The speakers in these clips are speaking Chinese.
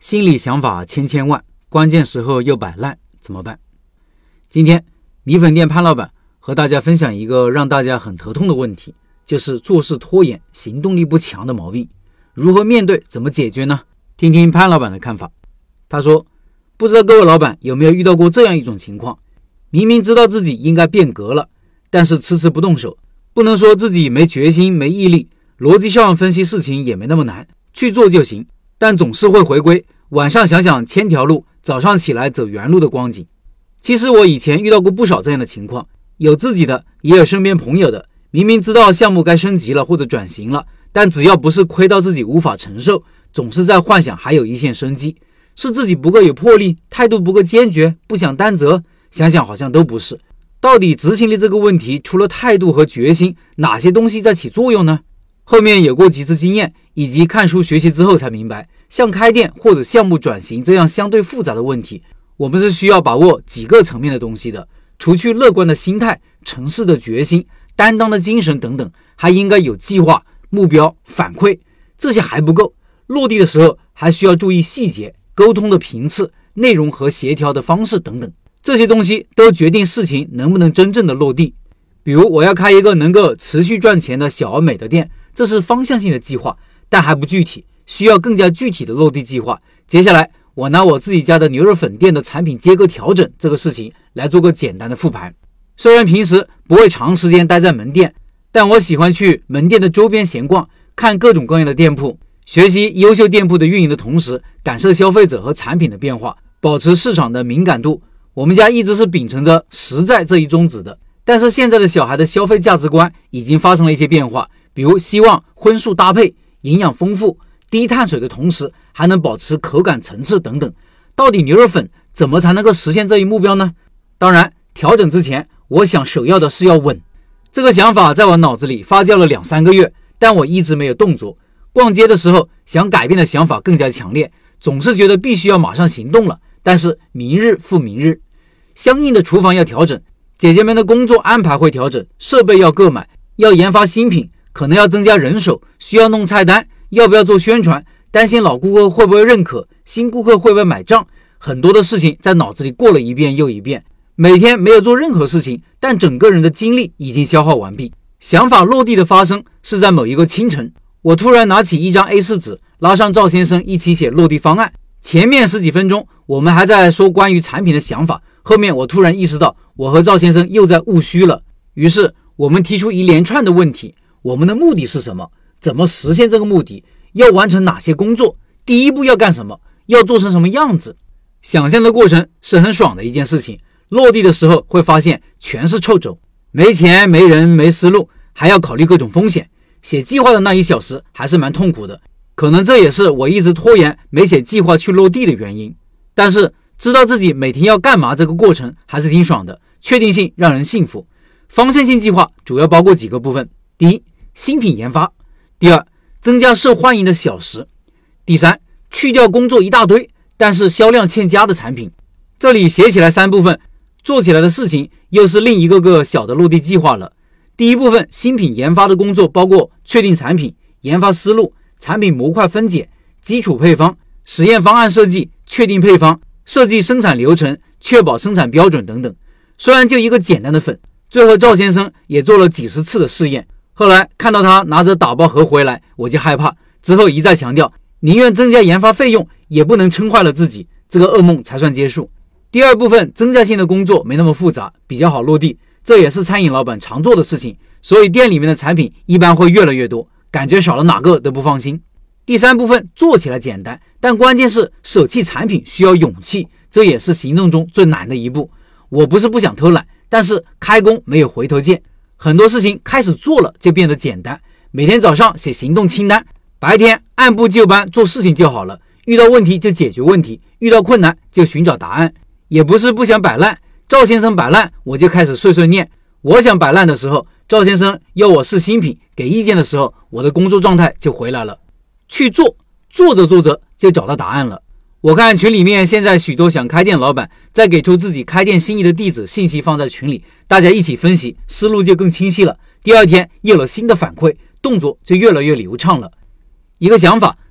心里想法千万，关键时候又摆烂，怎么办？今天米粉店潘老板和大家分享一个让大家很头痛的问题，就是做事拖延、行动力不强的毛病。如何面对，怎么解决呢？听听潘老板的看法。他说，不知道各位老板有没有遇到过这样一种情况，明明知道自己应该变革了，但是迟迟不动手。不能说自己没决心没毅力，逻辑上分析事情也没那么难，去做就行，但总是会回归晚上想想千条路，早上起来走原路的光景。其实我以前遇到过不少这样的情况，有自己的，也有身边朋友的。明明知道项目该升级了或者转型了，但只要不是亏到自己无法承受，总是在幻想还有一线生机。是自己不够有魄力，态度不够坚决，不想担责？想想好像都不是。到底执行力这个问题，除了态度和决心，哪些东西在起作用呢？后面有过几次经验以及看书学习之后才明白，像开店或者项目转型这样相对复杂的问题，我们是需要把握几个层面的东西的。除去乐观的心态、成事的决心、担当的精神等等，还应该有计划、目标、反馈。这些还不够，落地的时候还需要注意细节、沟通的频次、内容和协调的方式等等。这些东西都决定事情能不能真正的落地。比如我要开一个能够持续赚钱的小而美的店，这是方向性的计划，但还不具体，需要更加具体的落地计划。接下来我拿我自己家的牛肉粉店的产品结构调整这个事情来做个简单的复盘。虽然平时不会长时间待在门店，但我喜欢去门店的周边闲逛，看各种各样的店铺，学习优秀店铺的运营的同时，感受消费者和产品的变化，保持市场的敏感度。我们家一直是秉承着实在这一宗旨的，但是现在的小孩的消费价值观已经发生了一些变化，比如希望荤素搭配、营养丰富、低碳水的同时还能保持口感层次等等。到底牛肉粉怎么才能够实现这一目标呢？当然，调整之前，我想首要的是要稳。这个想法在我脑子里发酵了2-3个月，但我一直没有动作。逛街的时候，想改变的想法更加强烈，总是觉得必须要马上行动了，但是明日复明日。相应的厨房要调整，姐姐们的工作安排会调整，设备要购买，要研发新品，可能要增加人手，需要弄菜单，要不要做宣传，担心老顾客会不会认可，新顾客会不会买账。很多的事情在脑子里过了一遍又一遍，每天没有做任何事情，但整个人的精力已经消耗完毕。想法落地的发生是在某一个清晨，我突然拿起一张 A4 纸，拉上赵先生一起写落地方案。前面10几分钟我们还在说关于产品的想法，后面我突然意识到我和赵先生又在务虚了。于是我们提出一连串的问题，我们的目的是什么？怎么实现这个目的？要完成哪些工作？第一步要干什么？要做成什么样子？想象的过程是很爽的一件事情，落地的时候会发现全是臭肘，没钱没人没思路，还要考虑各种风险。写计划的那1小时还是蛮痛苦的，可能这也是我一直拖延没写计划去落地的原因。但是知道自己每天要干嘛，这个过程还是挺爽的，确定性让人幸福。方向性计划主要包括几个部分：第一，新品研发；第二，增加受欢迎的小时；第三，去掉工作一大堆但是销量欠佳的产品。这里写起来3部分，做起来的事情又是另一个个小的落地计划了。第一部分，新品研发的工作包括确定产品、研发思路、产品模块分解、基础配方、实验方案设计、确定配方、设计生产流程、确保生产标准等等。虽然就一个简单的粉，最后赵先生也做了几10次的试验。后来看到他拿着打包盒回来，我就害怕，之后一再强调，宁愿增加研发费用，也不能撑坏了自己，这个噩梦才算结束。第二部分，增加性的工作没那么复杂，比较好落地，这也是餐饮老板常做的事情，所以店里面的产品一般会越来越多，感觉少了哪个都不放心。第三部分，做起来简单，但关键是舍弃产品需要勇气，这也是行动中最难的一步。我不是不想偷懒，但是开工没有回头箭，很多事情开始做了就变得简单。每天早上写行动清单，白天按部就班做事情就好了，遇到问题就解决问题，遇到困难就寻找答案。也不是不想摆烂，赵先生摆烂我就开始碎碎念，我想摆烂的时候，赵先生要我试新品给意见的时候，我的工作状态就回来了。去做，做着做着就找到答案了。我看群里面现在许多想开店老板在给出自己开店心意的地址信息放在群里，大家一起分析，思路就更清晰了。第二天又有了新的反馈，动作就越来越流畅了。一个想法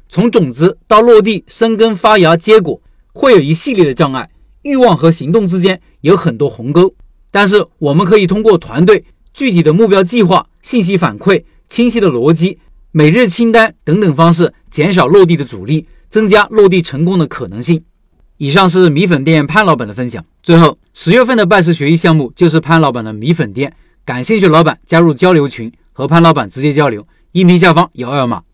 从种子到落地生根发芽结果，会有一系列的障碍，欲望和行动之间有很多鸿沟。但是我们可以通过团队具体的目标计划、信息反馈、清晰的逻辑、每日清单等等方式，减少落地的阻力，增加落地成功的可能性。以上是米粉店潘老板的分享。最后，10月份的拜师学艺项目就是潘老板的米粉店，感兴趣的老板加入交流群，和潘老板直接交流，音频下方有2维码。